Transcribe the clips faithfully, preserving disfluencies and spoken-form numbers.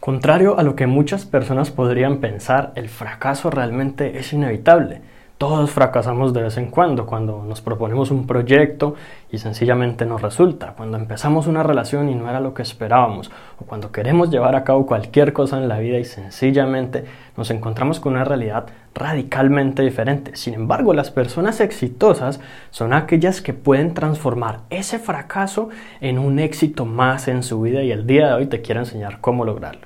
Contrario a lo que muchas personas podrían pensar, el fracaso realmente es inevitable. Todos fracasamos de vez en cuando, cuando nos proponemos un proyecto y sencillamente no resulta, cuando empezamos una relación y no era lo que esperábamos, o cuando queremos llevar a cabo cualquier cosa en la vida y sencillamente nos encontramos con una realidad radicalmente diferente. Sin embargo, las personas exitosas son aquellas que pueden transformar ese fracaso en un éxito más en su vida, y el día de hoy te quiero enseñar cómo lograrlo.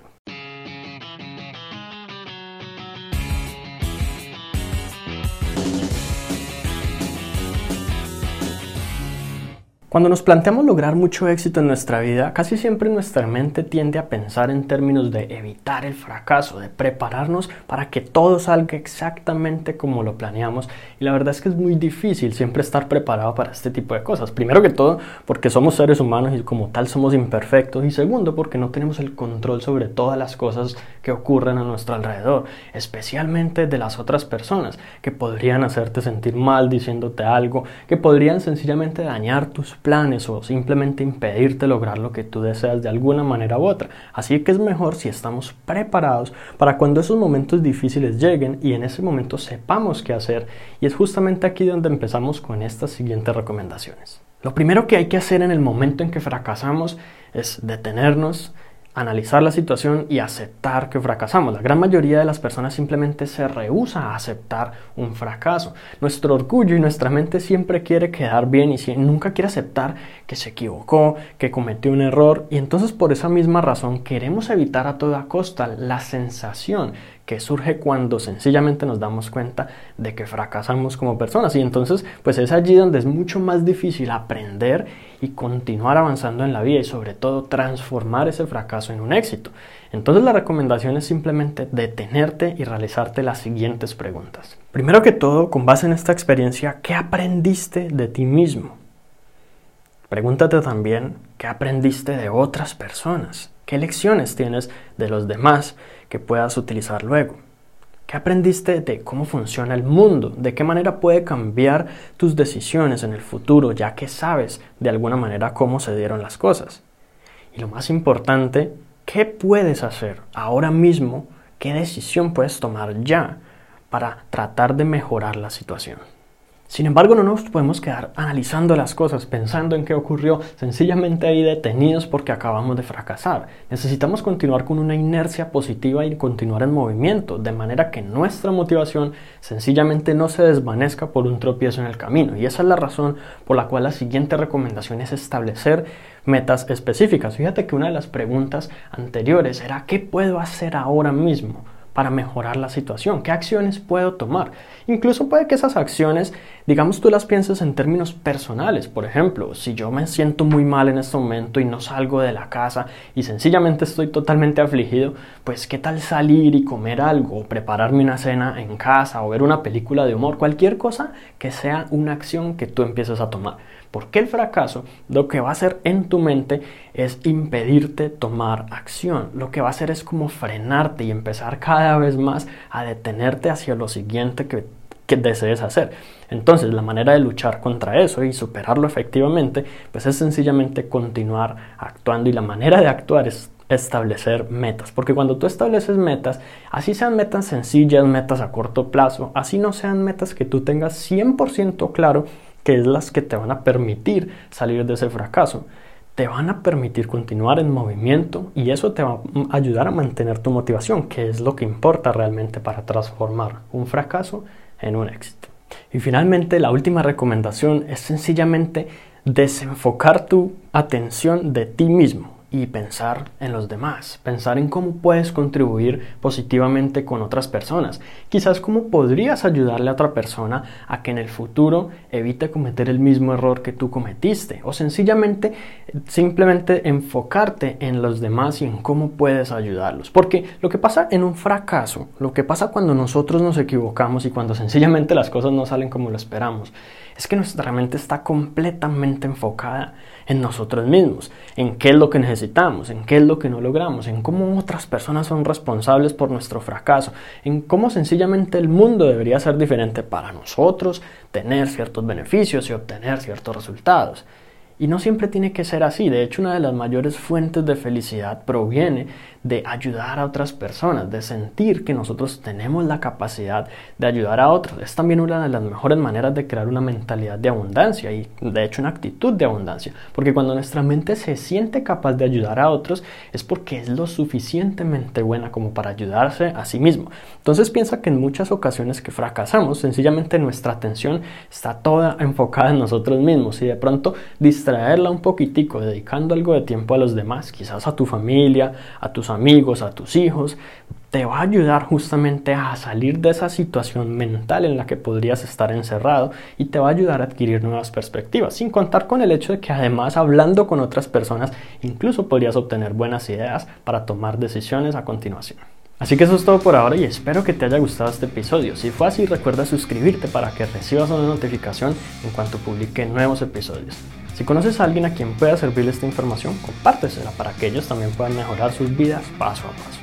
Cuando nos planteamos lograr mucho éxito en nuestra vida, casi siempre nuestra mente tiende a pensar en términos de evitar el fracaso, de prepararnos para que todo salga exactamente como lo planeamos. Y la verdad es que es muy difícil siempre estar preparado para este tipo de cosas. Primero que todo, porque somos seres humanos y como tal somos imperfectos. Y segundo, porque no tenemos el control sobre todas las cosas que ocurren a nuestro alrededor, especialmente de las otras personas, que podrían hacerte sentir mal diciéndote algo, que podrían sencillamente dañar tus planes o simplemente impedirte lograr lo que tú deseas de alguna manera u otra. Así que es mejor si estamos preparados para cuando esos momentos difíciles lleguen y en ese momento sepamos qué hacer, y es justamente aquí donde empezamos con estas siguientes recomendaciones. Lo primero que hay que hacer en el momento en que fracasamos es detenernos, analizar la situación y aceptar que fracasamos. La gran mayoría de las personas simplemente se rehúsa a aceptar un fracaso. Nuestro orgullo y nuestra mente siempre quiere quedar bien y nunca quiere aceptar que se equivocó, que cometió un error, y entonces por esa misma razón queremos evitar a toda costa la sensación que surge cuando sencillamente nos damos cuenta de que fracasamos como personas. Y entonces pues es allí donde es mucho más difícil aprender y continuar avanzando en la vida, y sobre todo transformar ese fracaso en un éxito. Entonces la recomendación es simplemente detenerte y realizarte las siguientes preguntas. Primero que todo, con base en esta experiencia, ¿qué aprendiste de ti mismo? Pregúntate también, ¿qué aprendiste de otras personas? ¿Qué lecciones tienes de los demás que puedas utilizar luego? ¿Qué aprendiste de cómo funciona el mundo? ¿De qué manera puede cambiar tus decisiones en el futuro, ya que sabes de alguna manera cómo se dieron las cosas? Y lo más importante, ¿qué puedes hacer ahora mismo? ¿Qué decisión puedes tomar ya para tratar de mejorar la situación? Sin embargo, no nos podemos quedar analizando las cosas, pensando en qué ocurrió, sencillamente ahí detenidos porque acabamos de fracasar. Necesitamos continuar con una inercia positiva y continuar en movimiento, de manera que nuestra motivación sencillamente no se desvanezca por un tropiezo en el camino. Y esa es la razón por la cual la siguiente recomendación es establecer metas específicas. Fíjate que una de las preguntas anteriores era ¿qué puedo hacer ahora mismo para mejorar la situación? ¿Qué acciones puedo tomar? Incluso puede que esas acciones, digamos, tú las pienses en términos personales. Por ejemplo, si yo me siento muy mal en este momento y no salgo de la casa y sencillamente estoy totalmente afligido, pues ¿qué tal salir y comer algo, o prepararme una cena en casa, o ver una película de humor? Cualquier cosa que sea una acción que tú empieces a tomar. Porque el fracaso lo que va a hacer en tu mente es impedirte tomar acción. Lo que va a hacer es como frenarte y empezar cada vez más a detenerte hacia lo siguiente que, que desees hacer. Entonces la manera de luchar contra eso y superarlo efectivamente pues es sencillamente continuar actuando, y la manera de actuar es establecer metas, porque cuando tú estableces metas, así sean metas sencillas, metas a corto plazo, así no sean metas que tú tengas cien por ciento claro que es las que te van a permitir salir de ese fracaso, te van a permitir continuar en movimiento, y eso te va a ayudar a mantener tu motivación, que es lo que importa realmente para transformar un fracaso en un éxito. Y finalmente, la última recomendación es sencillamente desenfocar tu atención de ti mismo y pensar en los demás, pensar en cómo puedes contribuir positivamente con otras personas. Quizás cómo podrías ayudarle a otra persona a que en el futuro evite cometer el mismo error que tú cometiste, o sencillamente simplemente enfocarte en los demás y en cómo puedes ayudarlos. Porque lo que pasa en un fracaso, lo que pasa cuando nosotros nos equivocamos y cuando sencillamente las cosas no salen como lo esperamos, es que nuestra mente está completamente enfocada en nosotros mismos, en qué es lo que necesitamos, en qué es lo que no logramos, en cómo otras personas son responsables por nuestro fracaso, en cómo sencillamente el mundo debería ser diferente para nosotros, tener ciertos beneficios y obtener ciertos resultados. Y no siempre tiene que ser así. De hecho, una de las mayores fuentes de felicidad proviene de ayudar a otras personas, de sentir que nosotros tenemos la capacidad de ayudar a otros. Es también una de las mejores maneras de crear una mentalidad de abundancia y de hecho una actitud de abundancia, porque cuando nuestra mente se siente capaz de ayudar a otros es porque es lo suficientemente buena como para ayudarse a sí mismo. Entonces piensa que en muchas ocasiones que fracasamos, sencillamente nuestra atención está toda enfocada en nosotros mismos y de pronto distraerla un poquitico, dedicando algo de tiempo a los demás, quizás a tu familia, a tus amigos, a tus hijos, te va a ayudar justamente a salir de esa situación mental en la que podrías estar encerrado y te va a ayudar a adquirir nuevas perspectivas, sin contar con el hecho de que además hablando con otras personas incluso podrías obtener buenas ideas para tomar decisiones a continuación. Así que eso es todo por ahora y espero que te haya gustado este episodio. Si fue así, recuerda suscribirte para que recibas una notificación en cuanto publique nuevos episodios. Si conoces a alguien a quien pueda servirle esta información, compártesela para que ellos también puedan mejorar sus vidas paso a paso.